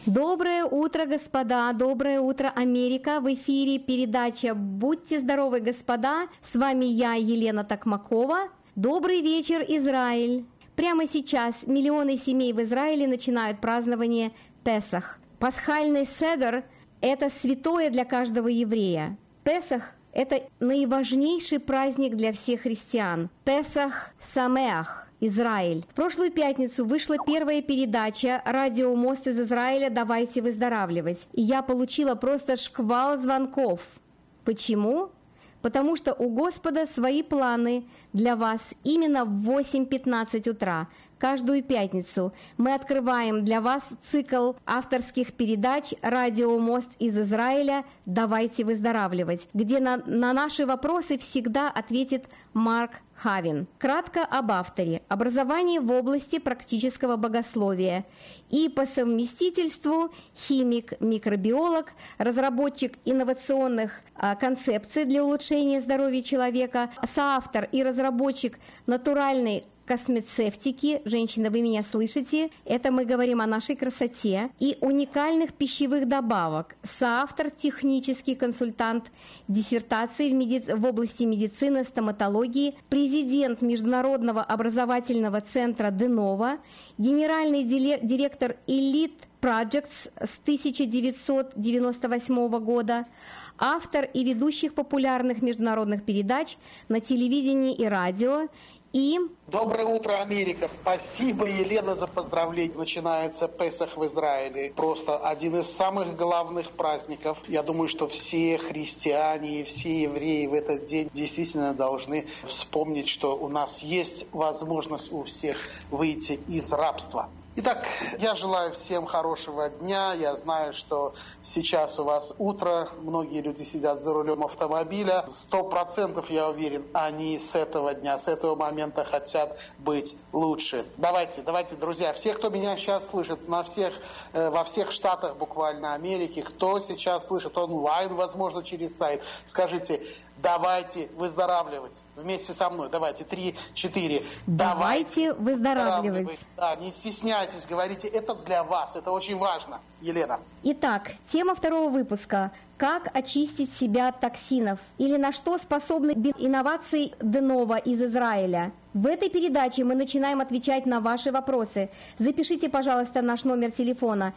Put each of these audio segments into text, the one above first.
Доброе утро, господа! Доброе утро, Америка! В эфире передача «Будьте здоровы, господа!» С вами я, Елена Токмакова. Добрый вечер, Израиль! Прямо сейчас миллионы семей в Израиле начинают празднование Песах. Пасхальный седер – это святое для каждого еврея. Песах – это наиважнейший праздник для всех христиан. Песах Самеах. Израиль. В прошлую пятницу вышла первая передача «Радио Мост из Израиля. Давайте выздоравливать». И я получила просто шквал звонков. Почему? Потому что у Господа свои планы для вас именно в 8:15 утра. Каждую пятницу мы открываем для вас цикл авторских передач «Радио Мост из Израиля. Давайте выздоравливать», где на наши вопросы всегда ответит Марк Хавин. Кратко об авторе. Образование в области практического богословия и по совместительству химик-микробиолог, разработчик инновационных концепций для улучшения здоровья человека, соавтор и разработчик натуральной космецевтики, женщина, вы меня слышите, это мы говорим о нашей красоте, и уникальных пищевых добавок, соавтор, технический консультант диссертации в области медицины, стоматологии, президент Международного образовательного центра Денова, генеральный директор Elite Projects с 1998 года, автор и ведущих популярных международных передач на телевидении и радио, и... Доброе утро, Америка! Спасибо, Елена, за поздравления. Начинается Песах в Израиле. Просто один из самых главных праздников. Я думаю, что все христиане и все евреи в этот день действительно должны вспомнить, что у нас есть возможность у всех выйти из рабства. Итак, я желаю всем хорошего дня. Я знаю, что сейчас у вас утро, многие люди сидят за рулем автомобиля. 100% я уверен, они с этого дня, с этого момента хотят быть лучше. Давайте, друзья, все, кто меня сейчас слышит, во всех штатах буквально Америки, кто сейчас слышит онлайн, возможно, через сайт, скажите: давайте выздоравливать. Вместе со мной. Давайте, 3, 4. Давайте выздоравливать. Да, не стесняйтесь, говорите, это для вас, это очень важно. Елена. Итак, тема второго выпуска. Как очистить себя от токсинов? Или на что способны инновации Денова из Израиля? В этой передаче мы начинаем отвечать на ваши вопросы. Запишите, пожалуйста, наш номер телефона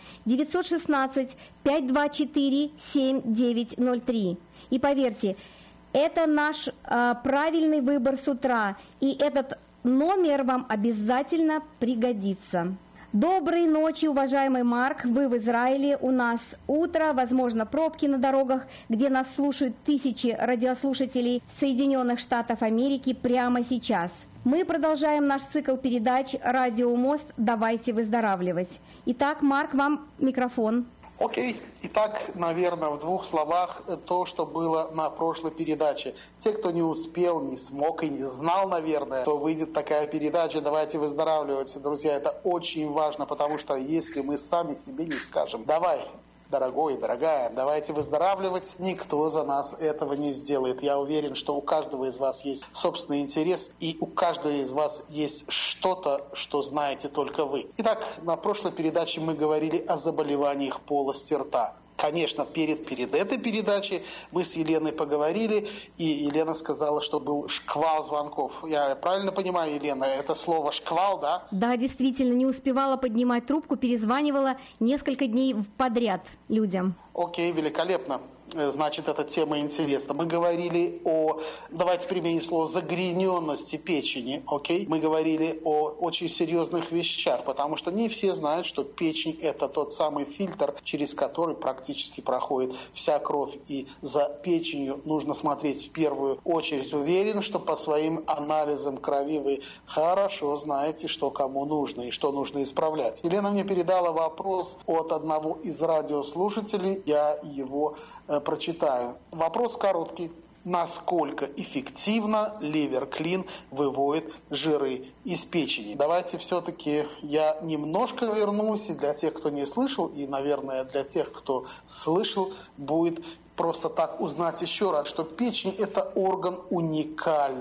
916-524-7903. И поверьте, это наш правильный выбор с утра, и этот номер вам обязательно пригодится. Доброй ночи, уважаемый Марк, вы в Израиле, у нас утро, возможно, пробки на дорогах, где нас слушают тысячи радиослушателей Соединенных Штатов Америки прямо сейчас. Мы продолжаем наш цикл передач «Радио Мост. Давайте выздоравливать». Итак, Марк, вам микрофон. Окей. Итак, наверное, в 2 словах то, что было на прошлой передаче. Те, кто не успел, не смог и не знал, наверное, что выйдет такая передача «Давайте выздоравливать». Друзья, это очень важно, потому что если мы сами себе не скажем: давай, дорогой, дорогая, давайте выздоравливать, никто за нас этого не сделает. Я уверен, что у каждого из вас есть собственный интерес, и у каждого из вас есть что-то, что знаете только вы. Итак, на прошлой передаче мы говорили о заболеваниях полости рта. Конечно, перед этой передачей мы с Еленой поговорили, и Елена сказала, что был шквал звонков. Я правильно понимаю, Елена, это слово «шквал», да? Да, действительно, не успевала поднимать трубку, перезванивала несколько дней подряд людям. Окей, великолепно. Значит, эта тема интересна. Мы говорили о, давайте применим слово, загрязненности печени, окей? Мы говорили о очень серьезных вещах, потому что не все знают, что печень – это тот самый фильтр, через который практически проходит вся кровь. И за печенью нужно смотреть в первую очередь. Уверен, что по своим анализам крови вы хорошо знаете, что кому нужно и что нужно исправлять. Елена мне передала вопрос от одного из радиослушателей, я его прочитаю. Вопрос короткий. Насколько эффективно Liver-Clean выводит жиры из печени? Давайте все-таки я немножко вернусь, и для тех, кто не слышал, и, наверное, для тех, кто слышал, будет просто так узнать еще раз, что печень – это орган уникальный.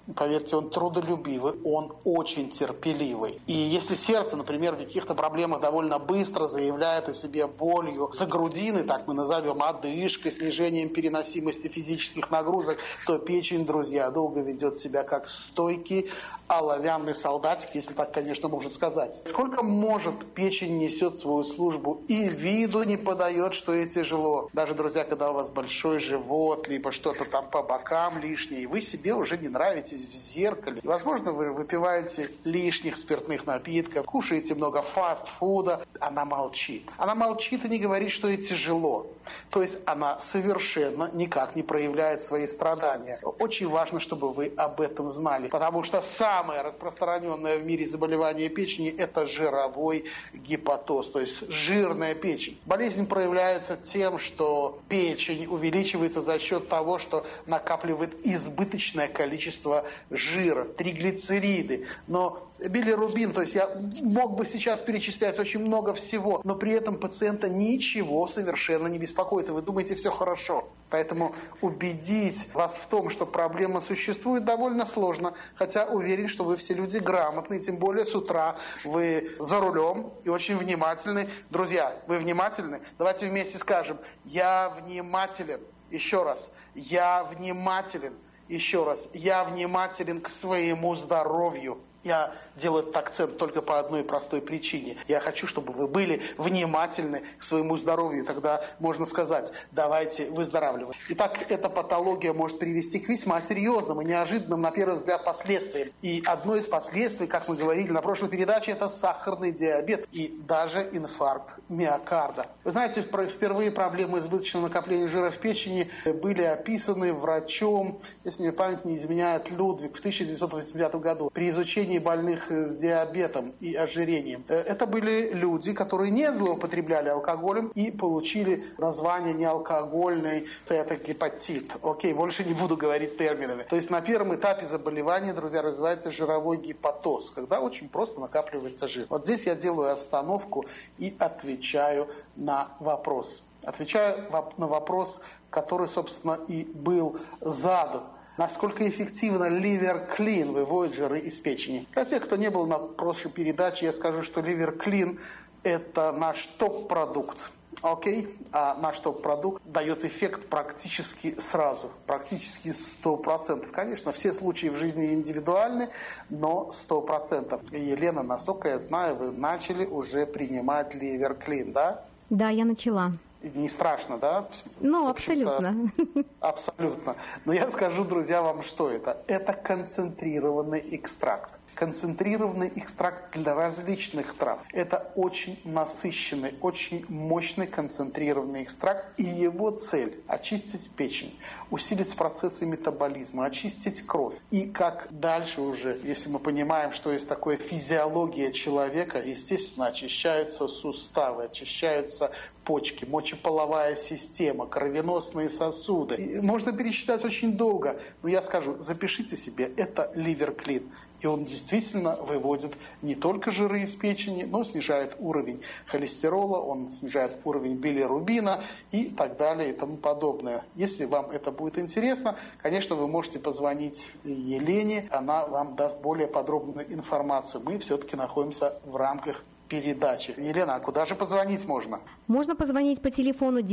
Поверьте, он трудолюбивый, он очень терпеливый. И если сердце, например, в каких-то проблемах довольно быстро заявляет о себе болью за грудиной, так мы назовем, одышкой, снижением переносимости физических нагрузок, то печень, друзья, долго ведет себя как стойкий оловянный солдатик, если так, конечно, можно сказать. Сколько может печень несет свою службу и виду не подает, что ей тяжело. Даже, друзья, когда у вас большой живот, либо что-то там по бокам лишнее, и вы себе уже не нравитесь в зеркале. И, возможно, вы выпиваете лишних спиртных напитков, кушаете много фастфуда. Она молчит. Она молчит и не говорит, что ей тяжело. То есть она совершенно никак не проявляет свои страдания. Очень важно, чтобы вы об этом знали, потому что самое распространенное в мире заболевание печени – это жировой гепатоз, то есть жирная печень. Болезнь проявляется тем, что печень увеличивается за счет того, что накапливает избыточное количество жира, триглицериды. Но билирубин, то есть я мог бы сейчас перечислять очень много всего, но при этом пациента ничего совершенно не беспокоит, и вы думаете, все хорошо. Поэтому убедить вас в том, что проблема существует, довольно сложно, хотя уверен, что вы все люди грамотные, тем более с утра вы за рулем и очень внимательны. Друзья, вы внимательны? Давайте вместе скажем: я внимателен. Еще раз. Я внимателен. Еще раз. Я внимателен к своему здоровью. Я делаю этот акцент только по одной простой причине. Я хочу, чтобы вы были внимательны к своему здоровью. Тогда можно сказать: давайте выздоравливать. Итак, эта патология может привести к весьма серьезным и неожиданным, на первый взгляд, последствиям. И одно из последствий, как мы говорили на прошлой передаче, это сахарный диабет и даже инфаркт миокарда. Вы знаете, впервые проблемы избыточного накопления жира в печени были описаны врачом, если мне память не изменяет, Людвиг в 1985 году при изучении больных с диабетом и ожирением. Это были люди, которые не злоупотребляли алкоголем и получили название неалкогольный стеатогепатит. Окей, больше не буду говорить терминами. То есть на первом этапе заболевания, друзья, развивается жировой гепатоз, когда очень просто накапливается жир. Вот здесь я делаю остановку и отвечаю на вопрос. Отвечаю на вопрос, который, собственно, и был задан. Насколько эффективно Liver Clean выводит жиры из печени. Для тех, кто не был на прошлой передаче, я скажу, что Liver Clean – это наш топ-продукт. Окей? А наш топ-продукт дает эффект практически сразу, практически 100%. Конечно, все случаи в жизни индивидуальны, но 100%. И, Елена, насколько я знаю, вы начали уже принимать Liver Clean, да? Да, я начала. Не страшно, да? Ну, абсолютно. Абсолютно. Но я скажу, друзья, вам, что это. Это концентрированный экстракт. Концентрированный экстракт для различных трав. Это очень насыщенный, очень мощный концентрированный экстракт. И его цель – очистить печень, усилить процессы метаболизма, очистить кровь. И как дальше уже, если мы понимаем, что есть такое физиология человека, естественно, очищаются суставы, очищаются почки, мочеполовая система, кровеносные сосуды. И можно пересчитать очень долго, но я скажу, запишите себе, это Liver Clean. И он действительно выводит не только жиры из печени, но снижает уровень холестерола, он снижает уровень билирубина и так далее и тому подобное. Если вам это будет интересно, конечно, вы можете позвонить Елене, она вам даст более подробную информацию. Мы все-таки находимся в рамках передачи. Елена, а куда же позвонить можно? Можно позвонить по телефону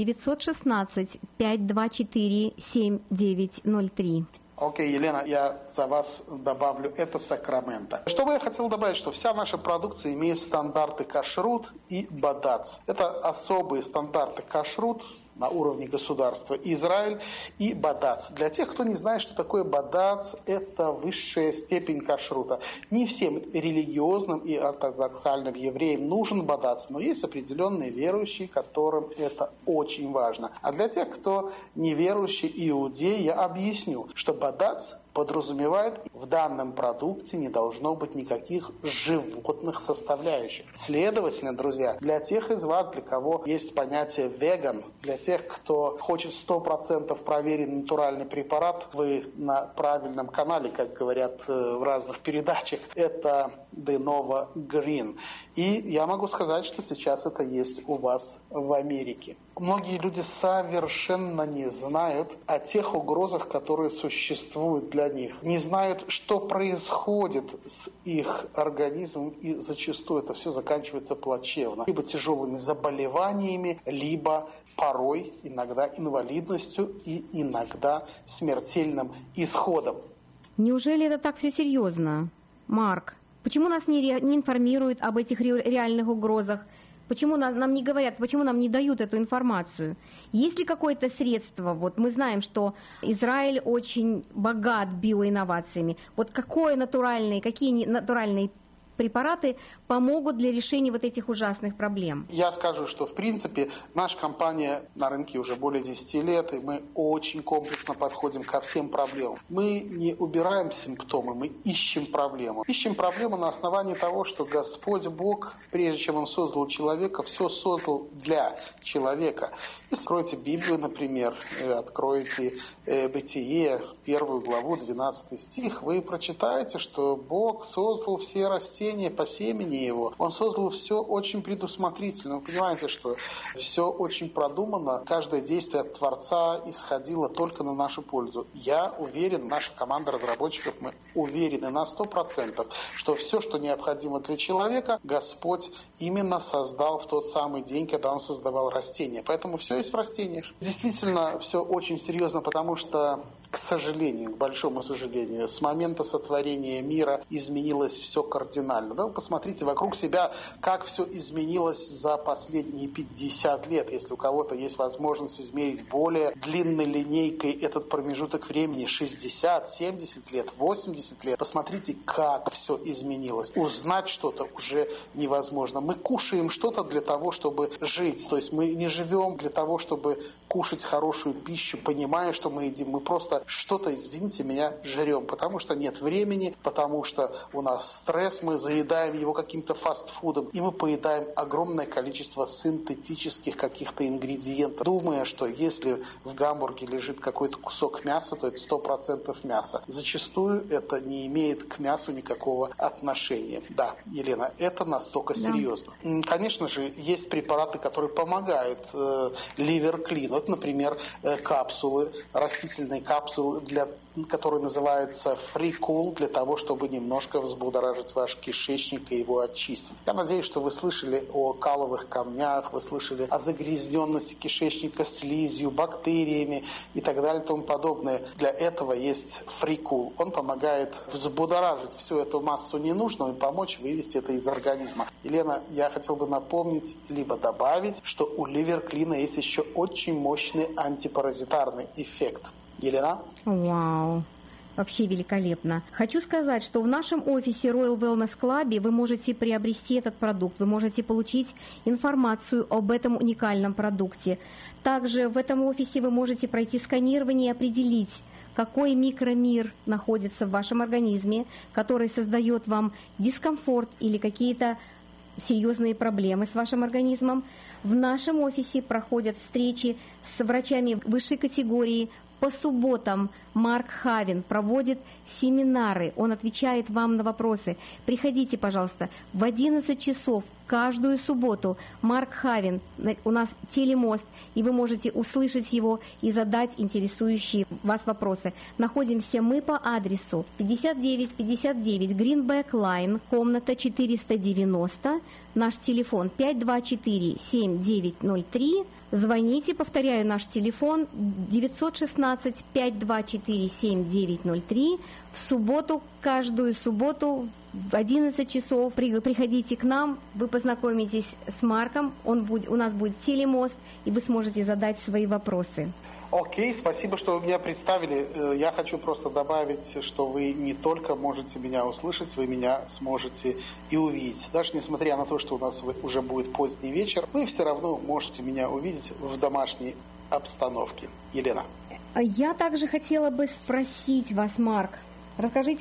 916-524-7903. Окей, Елена, я за вас добавлю это Сакраменто. Что бы я хотел добавить, что вся наша продукция имеет стандарты кашрут и бадац. Это особые стандарты кашрут на уровне государства Израиль и бадац. Для тех, кто не знает, что такое бадац, это высшая степень кашрута. Не всем религиозным и ортодоксальным евреям нужен бадац, но есть определенные верующие, которым это очень важно. А для тех, кто неверующий иудей, я объясню, что бадац подразумевает, в данном продукте не должно быть никаких животных составляющих. Следовательно, друзья, для тех из вас, для кого есть понятие веган, для тех, кто хочет 100% проверенный натуральный препарат, вы на правильном канале, как говорят в разных передачах. Это Denova Green. И я могу сказать, что сейчас это есть у вас в Америке. Многие люди совершенно не знают о тех угрозах, которые существуют для них. Не знают, что происходит с их организмом, и зачастую это все заканчивается плачевно. Либо тяжелыми заболеваниями, либо порой, иногда инвалидностью и иногда смертельным исходом. Неужели это так все серьезно, Марк? Почему нас не информируют об этих реальных угрозах? Почему нам не говорят, почему нам не дают эту информацию? Есть ли какое-то средство? Вот мы знаем, что Израиль очень богат биоинновациями. Вот какие натуральные препараты помогут для решения вот этих ужасных проблем? Я скажу, что в принципе наша компания на рынке уже более 10 лет, и мы очень комплексно подходим ко всем проблемам. Мы не убираем симптомы, мы ищем проблему. Ищем проблему на основании того, что Господь Бог, прежде чем Он создал человека, все создал для человека. Откройте Библию, например, откройте Бытие, 1 главу, 12 стих, вы прочитаете, что Бог создал все растения по семени Его. Он создал все очень предусмотрительно. Вы понимаете, что все очень продумано. Каждое действие от Творца исходило только на нашу пользу. Я уверен, наша команда разработчиков, мы уверены на 100%, что все, что необходимо для человека, Господь именно создал в тот самый день, когда Он создавал растения. Поэтому все есть в растениях. Действительно, все очень серьезно, потому что, к сожалению, к большому сожалению, с момента сотворения мира изменилось все кардинально. Да? Вы посмотрите вокруг себя, как все изменилось за последние 50 лет. Если у кого-то есть возможность измерить более длинной линейкой этот промежуток времени, 60, 70 лет, 80 лет, посмотрите, как все изменилось. Узнать что-то уже невозможно. Мы кушаем что-то для того, чтобы жить. То есть мы не живем для того, чтобы кушать хорошую пищу, понимая, что мы едим. Мы просто что-то, извините меня, жрем, потому что нет времени, потому что у нас стресс, мы заедаем его каким-то фастфудом, и мы поедаем огромное количество синтетических каких-то ингредиентов, думая, что если в гамбурге лежит какой-то кусок мяса, то это 100% мяса. Зачастую это не имеет к мясу никакого отношения. Да, Елена, это настолько серьезно. Конечно же, есть препараты, которые помогают. Liver Clean. Вот, например, капсулы, растительные капсулы, которые называются Free Cool, для того, чтобы немножко взбудоражить ваш кишечник и его очистить. Я надеюсь, что вы слышали о каловых камнях, вы слышали о загрязненности кишечника слизью, бактериями и так далее и тому подобное. Для этого есть Free Cool. Он помогает взбудоражить всю эту массу ненужного и помочь вывести это из организма. Елена, я хотел бы напомнить, либо добавить, что у Liver Clean есть еще очень мощный антипаразитарный эффект. Елена? Вау! Вообще великолепно. Хочу сказать, что в нашем офисе Royal Wellness Club вы можете приобрести этот продукт, вы можете получить информацию об этом уникальном продукте. Также в этом офисе вы можете пройти сканирование и определить, какой микромир находится в вашем организме, который создает вам дискомфорт или какие-то серьезные проблемы с вашим организмом. В нашем офисе проходят встречи с врачами высшей категории. По субботам Марк Хавин проводит семинары, он отвечает вам на вопросы. Приходите, пожалуйста, в 11 часов каждую субботу. Марк Хавин, у нас телемост, и вы можете услышать его и задать интересующие вас вопросы. Находимся мы по адресу 5959 Greenback Line, комната 490, наш телефон 524-7903. Звоните, повторяю, наш телефон 916-524-7903. В субботу, каждую субботу в 11 часов приходите к нам, вы познакомитесь с Марком, у нас будет телемост, и вы сможете задать свои вопросы. Окей, спасибо, что вы меня представили. Я хочу просто добавить, что вы не только можете меня услышать, вы меня сможете и увидеть. Даже несмотря на то, что у нас уже будет поздний вечер, вы все равно можете меня увидеть в домашней обстановке. Елена. Я также хотела бы спросить вас, Марк, расскажите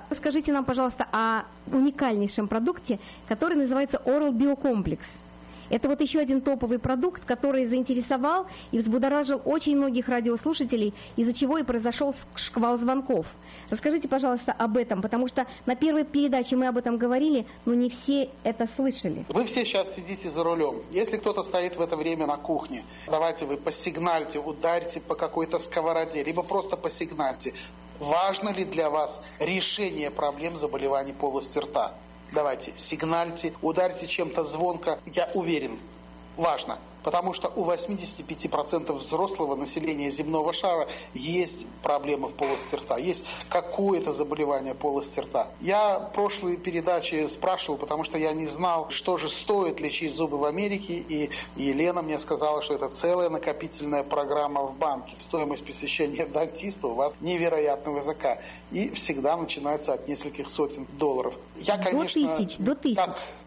нам, пожалуйста, о уникальнейшем продукте, который называется Oral Biocomplex. Это вот еще один топовый продукт, который заинтересовал и взбудоражил очень многих радиослушателей, из-за чего и произошел шквал звонков. Расскажите, пожалуйста, об этом, потому что на первой передаче мы об этом говорили, но не все это слышали. Вы все сейчас сидите за рулем. Если кто-то стоит в это время на кухне, давайте вы посигнальте, ударьте по какой-то сковороде, либо просто посигнальте. Важно ли для вас решение проблем заболеваний полости рта? Давайте, сигнальте, ударьте чем-то звонко. Я уверен, важно. Потому что у 85% взрослого населения земного шара есть проблемы в полости рта, есть какое-то заболевание полости рта. Я в прошлой передаче спрашивал, потому что я не знал, что же стоит лечить зубы в Америке, и Елена мне сказала, что это целая накопительная программа в банке. Стоимость посещения дантиста у вас невероятно высока и всегда начинается от нескольких сотен долларов. Я, конечно, до тысяч.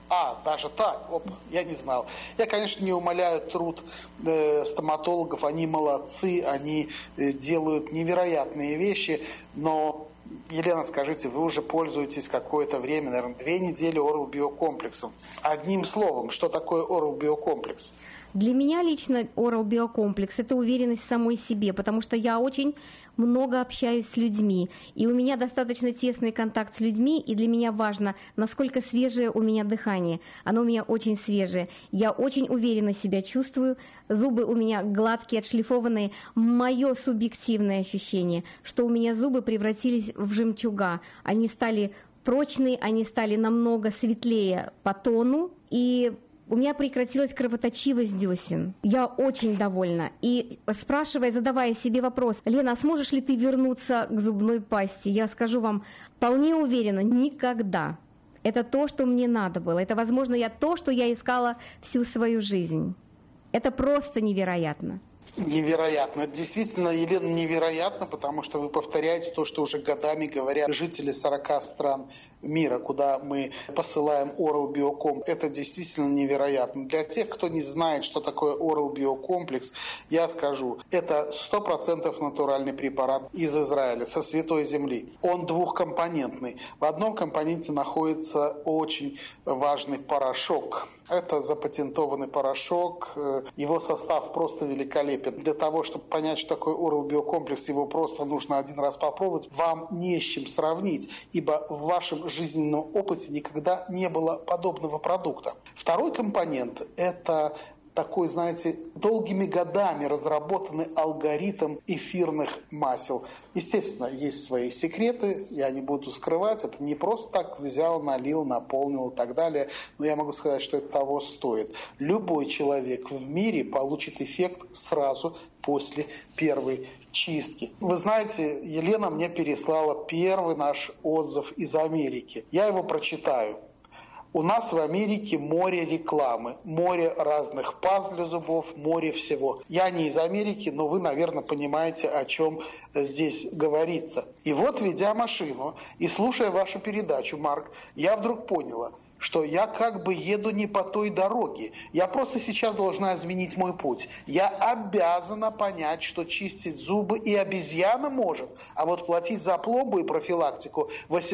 Даже так? Я не знал. Я, конечно, не умаляю труд стоматологов, они молодцы, они делают невероятные вещи, но, Елена, скажите, вы уже пользуетесь какое-то время, наверное, 2 недели Oral Bio комплексом. Одним словом, что такое Oral Bio комплекс? Для меня лично Oral Bio комплекс – это уверенность в самой себе, потому что я очень много общаюсь с людьми, и у меня достаточно тесный контакт с людьми, и для меня важно, насколько свежее у меня дыхание. Оно у меня очень свежее. Я очень уверенно себя чувствую, зубы у меня гладкие, отшлифованные. Мое субъективное ощущение, что у меня зубы превратились в жемчуга. Они стали прочные, они стали намного светлее по тону, и у меня прекратилась кровоточивость десен. Я очень довольна. И задавая себе вопрос, Лена, а сможешь ли ты вернуться к зубной пасте? Я скажу вам вполне уверенно, никогда. Это то, что мне надо было. Это, возможно, то, что я искала всю свою жизнь. Это просто невероятно. Невероятно. Это действительно, Елена, невероятно, потому что вы повторяете то, что уже годами говорят жители 40 стран мира, куда мы посылаем Oral Bio комплекс. Это действительно невероятно. Для тех, кто не знает, что такое Oral Bio комплекс, я скажу, это 100% натуральный препарат из Израиля, со Святой Земли. Он двухкомпонентный. В одном компоненте находится очень важный порошок. Это запатентованный порошок. Его состав просто великолепен. Для того, чтобы понять, что такое Oral Bio комплекс, его просто нужно один раз попробовать. Вам не с чем сравнить, ибо в вашем жизненном опыте никогда не было подобного продукта. Второй компонент – это такой, знаете, долгими годами разработанный алгоритм эфирных масел. Естественно, есть свои секреты, я не буду скрывать, это не просто так взял, налил, наполнил и так далее, но я могу сказать, что это того стоит. Любой человек в мире получит эффект сразу после первой чистки. Вы знаете, Елена мне переслала первый наш отзыв из Америки. Я его прочитаю. У нас в Америке море рекламы, море разных паст для зубов, море всего. Я не из Америки, но вы, наверное, понимаете, о чем здесь говорится. И вот, ведя машину и слушая вашу передачу, Марк, я вдруг поняла, что я как бы еду не по той дороге. Я просто сейчас должна изменить мой путь. Я обязана понять, что чистить зубы и обезьяна может, а вот платить за пломбу и профилактику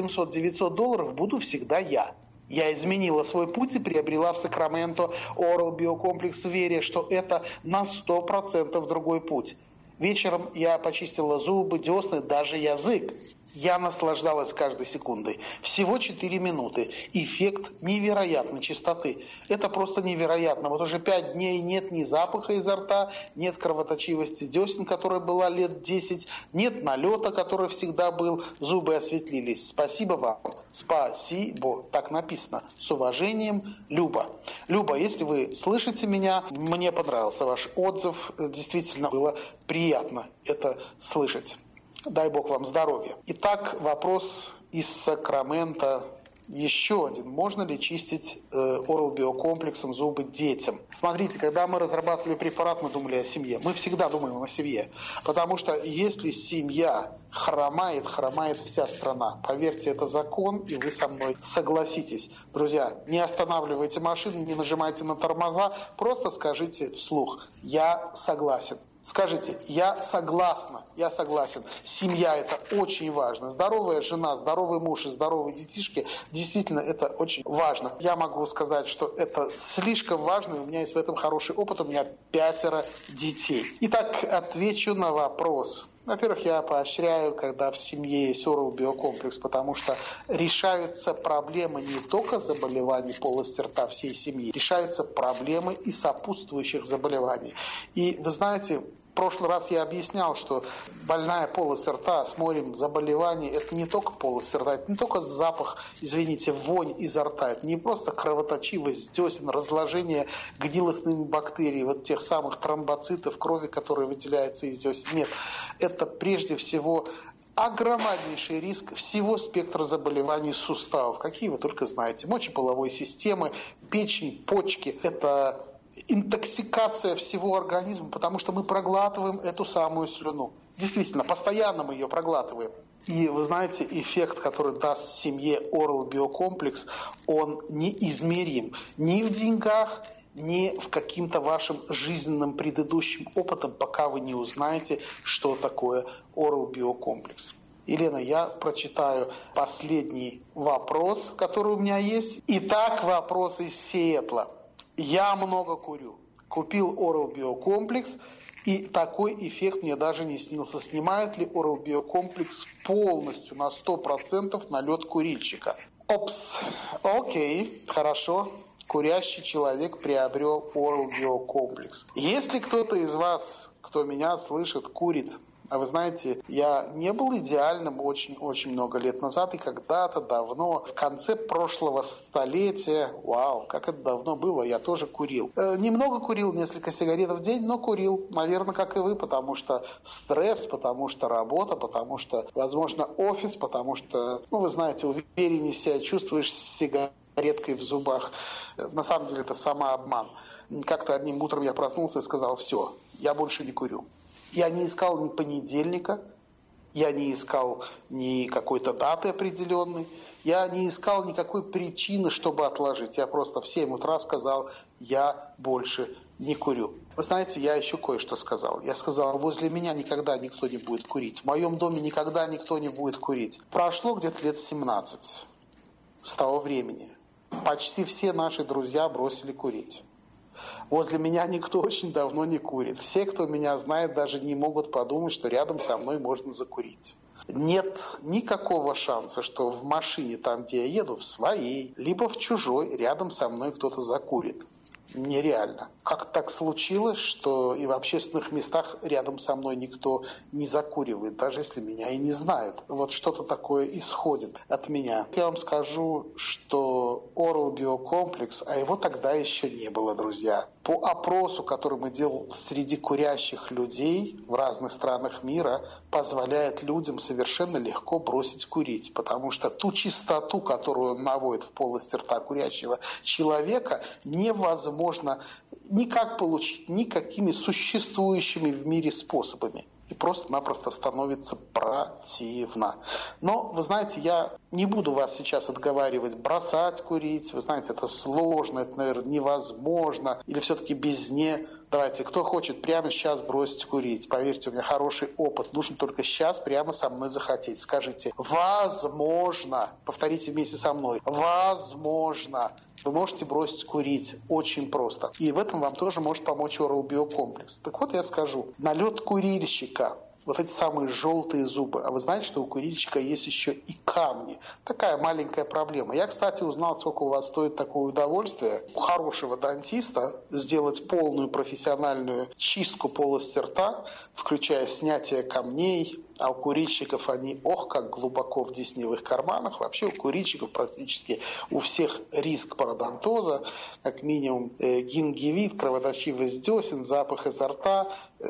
$800-900 буду всегда я. Я изменила свой путь и приобрела в Сакраменто Oral Bio комплекс, веря, что это на 100% другой путь. Вечером я почистила зубы, десны, даже язык. Я наслаждалась каждой секундой. Всего 4 минуты. Эффект невероятной чистоты. Это просто невероятно. Вот уже 5 дней нет ни запаха изо рта, нет кровоточивости десен, которая была лет 10, нет налета, который всегда был, зубы осветлились. Спасибо вам. Спасибо. Так написано. С уважением, Люба. Люба, если вы слышите меня, мне понравился ваш отзыв. Действительно было приятно это слышать. Дай Бог вам здоровья. Итак, вопрос из Сакрамента. Еще один. Можно ли чистить Oral Bio комплексом зубы детям? Смотрите, когда мы разрабатывали препарат, мы думали о семье. Мы всегда думаем о семье. Потому что если семья хромает, хромает вся страна. Поверьте, это закон, и вы со мной согласитесь. Друзья, не останавливайте машину, не нажимайте на тормоза, просто скажите вслух: я согласен. Скажите, я согласен. Семья – это очень важно. Здоровая жена, здоровый муж и здоровые детишки, действительно, это очень важно. Я могу сказать, что это слишком важно, у меня есть в этом хороший опыт, у меня 5 детей. Итак, отвечу на вопрос. Во-первых, я поощряю, когда в семье есть Oral Bio-комплекс, потому что решаются проблемы не только заболеваний полости рта всей семьи, решаются проблемы и сопутствующих заболеваний. И вы знаете, в прошлый раз я объяснял, что больная полость рта с морем заболеваний – это не только полость рта, это не только запах, вонь изо рта, это не просто кровоточивость десен, разложение гнилостными бактерий, вот тех самых тромбоцитов крови, которые выделяются из десен. Нет, это прежде всего огромнейший риск всего спектра заболеваний суставов, какие вы только знаете. Мочеполовой системы, печень, почки – это интоксикация всего организма, потому что мы проглатываем эту самую слюну. Действительно, постоянно мы ее проглатываем. И вы знаете, эффект, который даст семье Oral Bio-комплекс, он неизмерим ни в деньгах, ни в каким-то вашим жизненным предыдущим опытом, пока вы не узнаете, что такое Oral Bio-комплекс. Елена, я прочитаю последний вопрос, который у меня есть. Итак, вопрос из Сиэтла. Я много курю. Купил Oral Bio-комплекс, и такой эффект мне даже не снился. Снимает ли Oral Bio-комплекс полностью на 100% налет курильщика? Опс, окей, хорошо. Курящий человек приобрел Oral Bio-комплекс. Если кто-то из вас, кто меня слышит, курит, а вы знаете, я не был идеальным очень-очень много лет назад, и когда-то давно, в конце прошлого столетия, вау, как это давно было, я тоже курил. Немного курил, несколько сигарет в день, но курил, наверное, как и вы, потому что стресс, потому что работа, потому что, возможно, офис, потому что, вы знаете, увереннее себя чувствуешь с сигареткой в зубах. На самом деле это самообман. Как-то одним утром я проснулся и сказал: все, я больше не курю. Я не искал ни понедельника, я не искал ни какой-то даты определенной, я не искал никакой причины, чтобы отложить. Я просто в 7 утра сказал: я больше не курю. Вы знаете, я еще кое-что сказал. Я сказал: возле меня никогда никто не будет курить. В моем доме никогда никто не будет курить. Прошло где-то лет 17 с того времени. Почти все наши друзья бросили курить. Возле меня никто очень давно не курит. Все, кто меня знает, даже не могут подумать, что рядом со мной можно закурить. Нет никакого шанса, что в машине, там, где я еду, в своей, либо в чужой, рядом со мной кто-то закурит. Нереально. Как так случилось, что и в общественных местах рядом со мной никто не закуривает, даже если меня и не знают. Вот что-то такое исходит от меня. Я вам скажу, что Oral Bio-комплекс, а его тогда еще не было, друзья. По опросу, который мы делали среди курящих людей в разных странах мира, позволяет людям совершенно легко бросить курить, потому что ту чистоту, которую он наводит в полости рта курящего человека, невозможно никак получить никакими существующими в мире способами. И просто-напросто становится противно. Но, вы знаете, я не буду вас сейчас отговаривать бросать курить. Вы знаете, это сложно, это, наверное, невозможно. Или все-таки без «не». Давайте, кто хочет прямо сейчас бросить курить? Поверьте, у меня хороший опыт. Нужно только сейчас прямо со мной захотеть. Скажите: возможно. Повторите вместе со мной: возможно. Вы можете бросить курить очень просто. И в этом вам тоже может помочь Oral Bio-комплекс. Так вот, я скажу. Налет курильщика. Вот эти самые желтые зубы. А вы знаете, что у курильщика есть еще и камни? Такая маленькая проблема. Я, кстати, узнал, сколько у вас стоит такое удовольствие. У хорошего дантиста сделать полную профессиональную чистку полости рта, включая снятие камней. А у курильщиков они, как глубоко в десневых карманах. Вообще у курильщиков практически у всех риск пародонтоза, как минимум гингивит, кровоточивость десен, запах изо рта.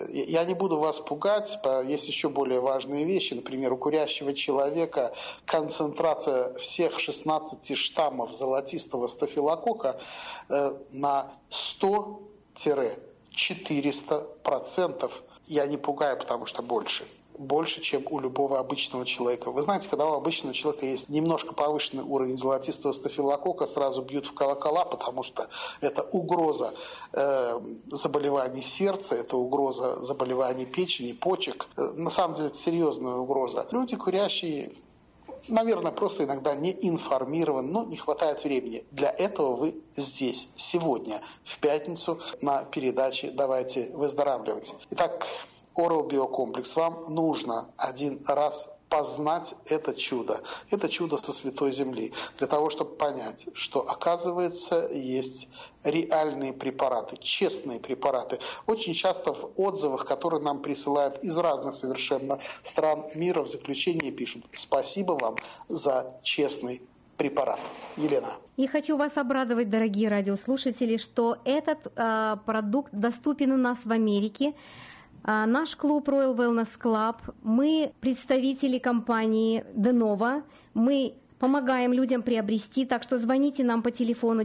Я не буду вас пугать, есть еще более важные вещи. Например, у курящего человека концентрация всех 16 штаммов золотистого стафилококка на 100-400%. Я не пугаю, потому что больше. больше, чем у любого обычного человека. Вы знаете, когда у обычного человека есть немножко повышенный уровень золотистого стафилококка, сразу бьют в колокола, потому что это угроза заболеваний сердца, это угроза заболеваний печени, почек. На самом деле это серьезная угроза. Люди, курящие, наверное, просто иногда не информированы, но не хватает времени. Для этого вы здесь, сегодня, в пятницу, на передаче «Давайте выздоравливать». Итак, Oral Биокомплекс, вам нужно один раз познать это чудо со Святой Земли, для того, чтобы понять, что, оказывается, есть реальные препараты, честные препараты. Очень часто в отзывах, которые нам присылают из разных совершенно стран мира, в заключении пишут: «Спасибо вам за честный препарат». Елена. И хочу вас обрадовать, дорогие радиослушатели, что этот продукт доступен у нас в Америке. Наш клуб Royal Wellness Club, мы представители компании Denova, мы помогаем людям приобрести, так что звоните нам по телефону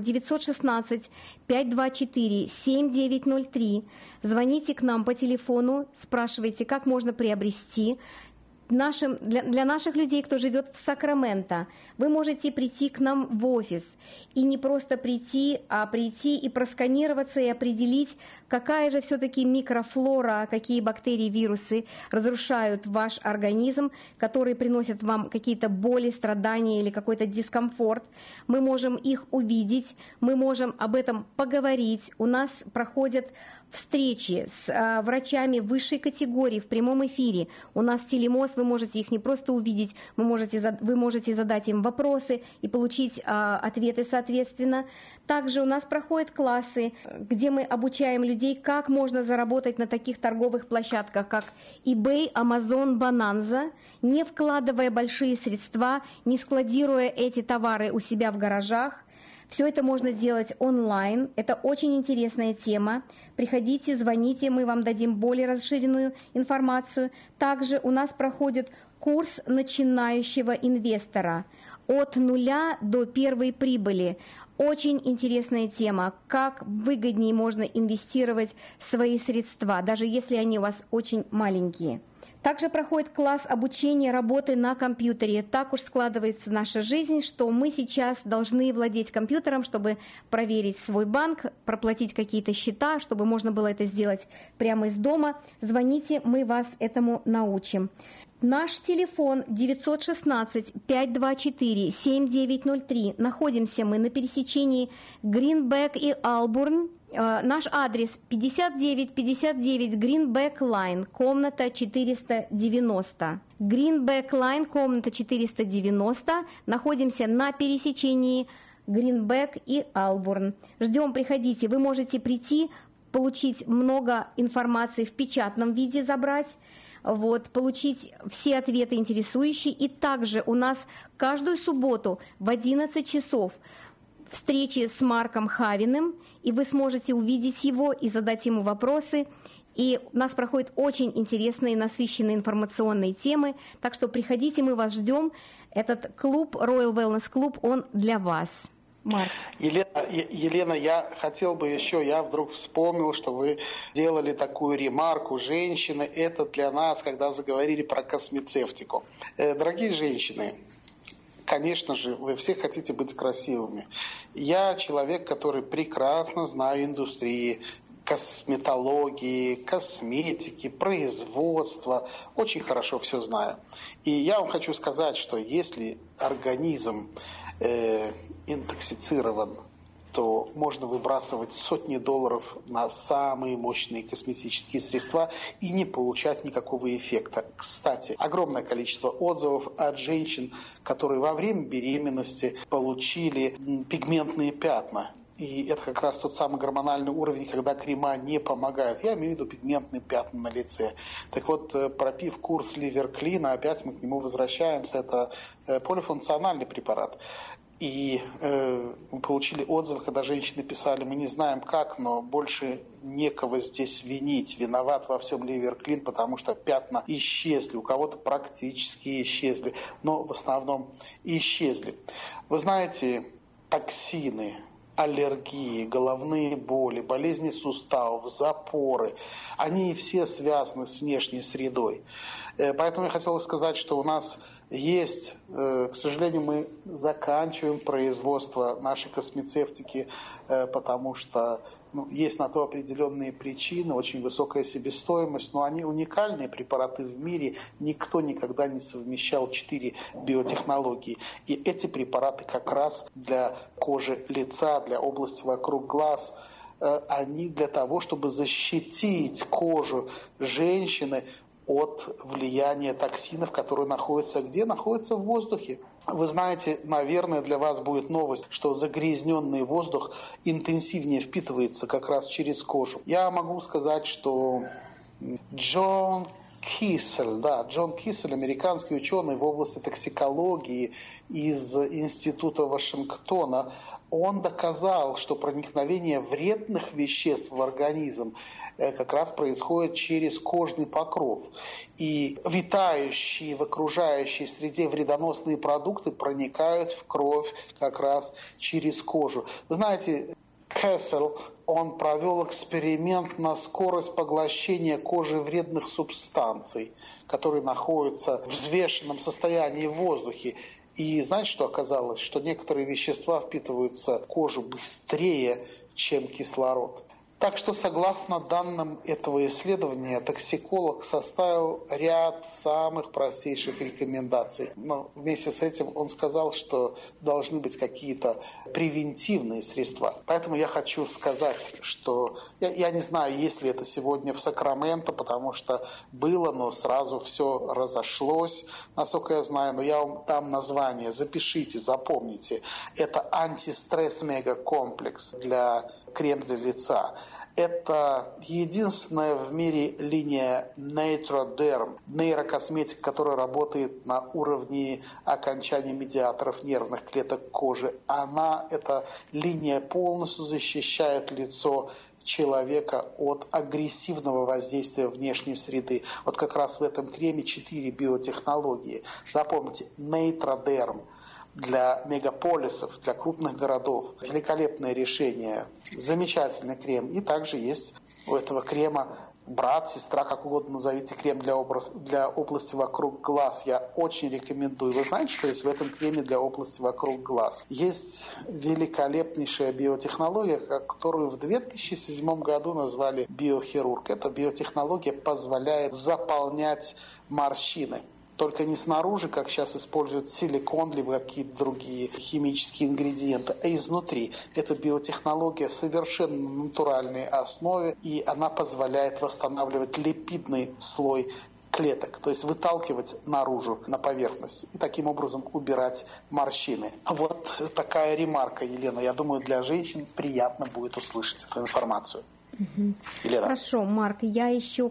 916-524-7903, звоните к нам по телефону, спрашивайте, как можно приобрести. Для наших людей, кто живет в Сакраменто, вы можете прийти к нам в офис и не просто прийти, а прийти и просканироваться и определить, какая же все-таки микрофлора, какие бактерии, вирусы разрушают ваш организм, которые приносят вам какие-то боли, страдания или какой-то дискомфорт. Мы можем их увидеть, мы можем об этом поговорить. У нас проходят встречи с врачами высшей категории в прямом эфире. У нас телемост, вы можете их не просто увидеть, вы можете задать им вопросы и получить ответы соответственно. Также у нас проходят классы, где мы обучаем людей, как можно заработать на таких торговых площадках, как eBay, Amazon, Bonanza, не вкладывая большие средства, не складируя эти товары у себя в гаражах. Все это можно делать онлайн. Это очень интересная тема. Приходите, звоните, мы вам дадим более расширенную информацию. Также у нас проходит курс начинающего инвестора от нуля до первой прибыли. Очень интересная тема, как выгоднее можно инвестировать свои средства, даже если они у вас очень маленькие. Также проходит класс обучения работы на компьютере. Так уж складывается наша жизнь, что мы сейчас должны владеть компьютером, чтобы проверить свой банк, проплатить какие-то счета, чтобы можно было это сделать прямо из дома. Звоните, мы вас этому научим. Наш телефон 916-524-7903. Находимся мы на пересечении Гринбек и Албурн. Наш адрес 5959 Greenback Line, комната 490. Greenback Line, комната 490. Находимся на пересечении Гринбек и Албурн. Ждем, приходите. Вы можете прийти, получить много информации в печатном виде, забрать. Получить все ответы интересующие. И также у нас каждую субботу в 11 часов встречи с Марком Хавиным, и вы сможете увидеть его и задать ему вопросы. И у нас проходят очень интересные, насыщенные информационные темы. Так что приходите, мы вас ждем. Этот клуб, Royal Wellness Club, он для вас. Марк. Елена, я хотел бы еще, я вдруг вспомнил, что вы делали такую ремарку: женщины, это для нас, когда заговорили про космецевтику. Дорогие женщины, конечно же, вы все хотите быть красивыми. Я человек, который прекрасно знаю индустрии, косметологии, косметики, производства, очень хорошо все знаю. И я вам хочу сказать, что если организм интоксицирован, то можно выбрасывать сотни долларов на самые мощные косметические средства и не получать никакого эффекта. Кстати, огромное количество отзывов от женщин, которые во время беременности получили пигментные пятна. И это как раз тот самый гормональный уровень, когда крема не помогают. Я имею в виду пигментные пятна на лице. Так вот, пропив курс Ливерклина, опять мы к нему возвращаемся, это полифункциональный препарат. И мы получили отзывы, когда женщины писали: мы не знаем как, но больше некого здесь винить. Виноват во всем Ливерклин, потому что пятна исчезли. У кого-то практически исчезли, но в основном исчезли. Вы знаете, токсины, аллергии, головные боли, болезни суставов, запоры, они все связаны с внешней средой. Поэтому я хотел сказать, что у нас есть, к сожалению, мы заканчиваем производство нашей космецевтики, потому что есть на то определенные причины, очень высокая себестоимость, но они уникальные препараты в мире, никто никогда не совмещал 4 биотехнологии. И эти препараты как раз для кожи лица, для области вокруг глаз, они для того, чтобы защитить кожу женщины от влияния токсинов, которые находятся где? Находятся в воздухе. Вы знаете, наверное, для вас будет новость, что загрязненный воздух интенсивнее впитывается как раз через кожу. Я могу сказать, что Джон Киссель, американский ученый в области токсикологии из Института Вашингтона, он доказал, что проникновение вредных веществ в организм как раз происходит через кожный покров. И витающие в окружающей среде вредоносные продукты проникают в кровь как раз через кожу. Вы знаете, Кессель, он провел эксперимент на скорость поглощения кожи вредных субстанций, которые находятся в взвешенном состоянии в воздухе. И знаете, что оказалось? Что некоторые вещества впитываются в кожу быстрее, чем кислород. Так что, согласно данным этого исследования, токсиколог составил ряд самых простейших рекомендаций. Но вместе с этим он сказал, что должны быть какие-то превентивные средства. Поэтому я хочу сказать, что я не знаю, есть ли это сегодня в Сакраменто, потому что было, но сразу все разошлось, насколько я знаю. Но я вам дам название, запишите, запомните. Это антистресс-мегакомплекс крем для лица. Это единственная в мире линия Neitroderm, нейрокосметика, которая работает на уровне окончания медиаторов нервных клеток кожи. Эта линия полностью защищает лицо человека от агрессивного воздействия внешней среды. Вот как раз в этом креме 4 биотехнологии. Запомните, Neitroderm для мегаполисов, для крупных городов. Великолепное решение, замечательный крем. И также есть у этого крема брат, сестра, как угодно назовите, крем для области вокруг глаз. Я очень рекомендую. Вы знаете, что есть в этом креме для области вокруг глаз? Есть великолепнейшая биотехнология, которую в 2007 году назвали биохирург. Эта биотехнология позволяет заполнять морщины. Только не снаружи, как сейчас используют силикон, либо какие-то другие химические ингредиенты, а изнутри. Эта биотехнология совершенно на натуральной основе, и она позволяет восстанавливать липидный слой клеток, то есть выталкивать наружу, на поверхность, и таким образом убирать морщины. Вот такая ремарка, Елена. Я думаю, для женщин приятно будет услышать эту информацию. Елена. Хорошо, Марк, я еще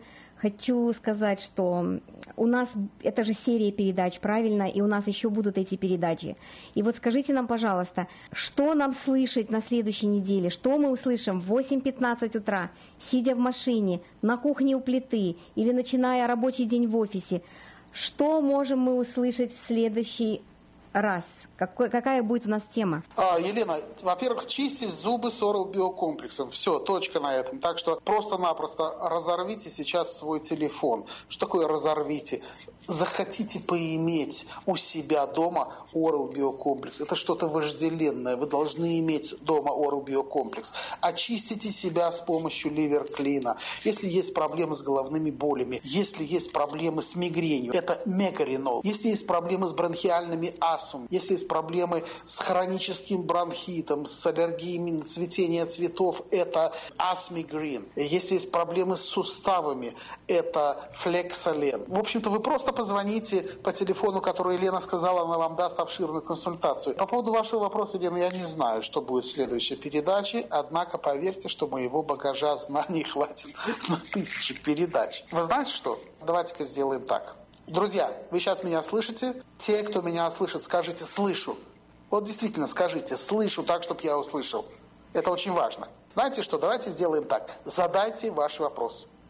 хочу сказать, что у нас, это же серия передач, правильно, и у нас еще будут эти передачи. И вот скажите нам, пожалуйста, что нам слышать на следующей неделе? Что мы услышим в 8:15 утра, сидя в машине, на кухне у плиты или начиная рабочий день в офисе? Что можем мы услышать в следующий раз? Какая будет у нас тема? Елена, во-первых, чистить зубы с Oral биокомплексом. Все, точка на этом. Так что просто-напросто разорвите сейчас свой телефон. Что такое разорвите? Захотите поиметь у себя дома Oral биокомплекс. Это что-то вожделенное. Вы должны иметь дома Oral биокомплекс. Очистите себя с помощью ливер-клина. Если есть проблемы с головными болями, если есть проблемы с мигренью, это мегаринол. Если есть проблемы с бронхиальными астмами, если есть проблемы с хроническим бронхитом, с аллергиями на цветение цветов, это Asmigrin. Если есть проблемы с суставами, это Flexalen. В общем-то, вы просто позвоните по телефону, который Елена сказала, она вам даст обширную консультацию. По поводу вашего вопроса, Елена, я не знаю, что будет в следующей передаче, однако поверьте, что моего багажа знаний хватит на 1000 передач. Вы знаете что? Давайте-ка сделаем так. Друзья, вы сейчас меня слышите? Те, кто меня слышит, скажите «слышу». Вот действительно скажите «слышу» так, чтобы я услышал. Это очень важно. Знаете что, давайте сделаем так. Задайте ваш вопрос.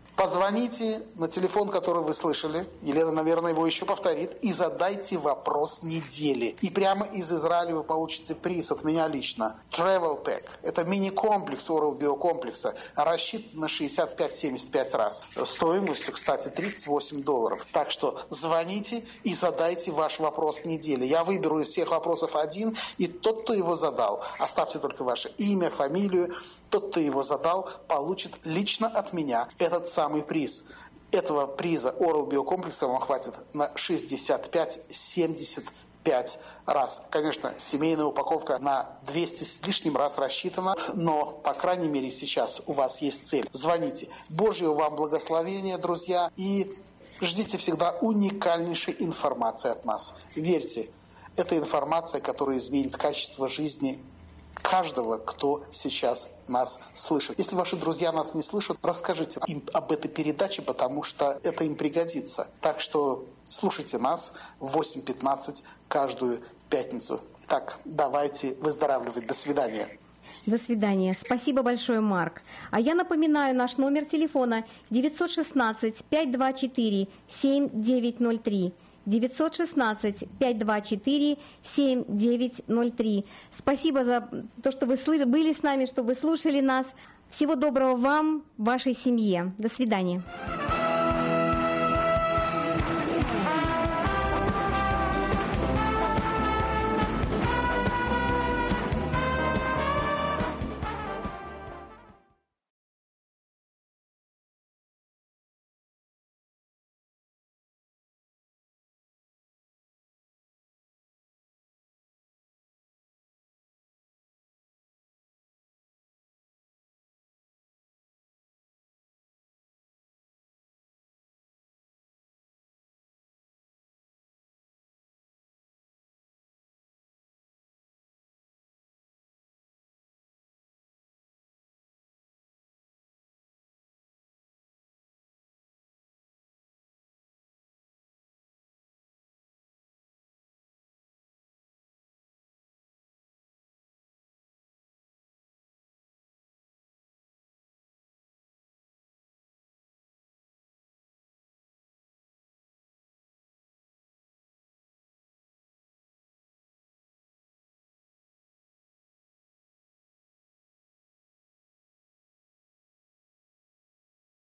Позвоните на телефон, который вы слышали. Елена, наверное, его еще повторит. И задайте вопрос недели. И прямо из Израиля вы получите приз от меня лично. Travel Pack. Это мини-комплекс Oral Bio комплекса. Рассчитан на 65-75 раз. Стоимостью, кстати, $38. Так что звоните и задайте ваш вопрос недели. Я выберу из всех вопросов один. И тот, кто его задал, оставьте только ваше имя, фамилию. Тот, кто его задал, получит лично от меня этот самый приз. Этого приза Oral Bio комплекса вам хватит на 65-75 раз. Конечно, семейная упаковка на 200 с лишним раз рассчитана, но, по крайней мере, сейчас у вас есть цель. Звоните. Божьего вам благословения, друзья, и ждите всегда уникальнейшей информации от нас. Верьте, это информация, которая изменит качество жизни каждого, кто сейчас нас слышит. Если ваши друзья нас не слышат, расскажите им об этой передаче, потому что это им пригодится. Так что слушайте нас в 8:15 каждую пятницу. Итак, давайте выздоравливать. До свидания. До свидания. Спасибо большое, Марк. А я напоминаю наш номер телефона 916-524-7903. 916-524-7903. Спасибо за то, что вы были с нами, что вы слушали нас. Всего доброго вам, вашей семье. До свидания.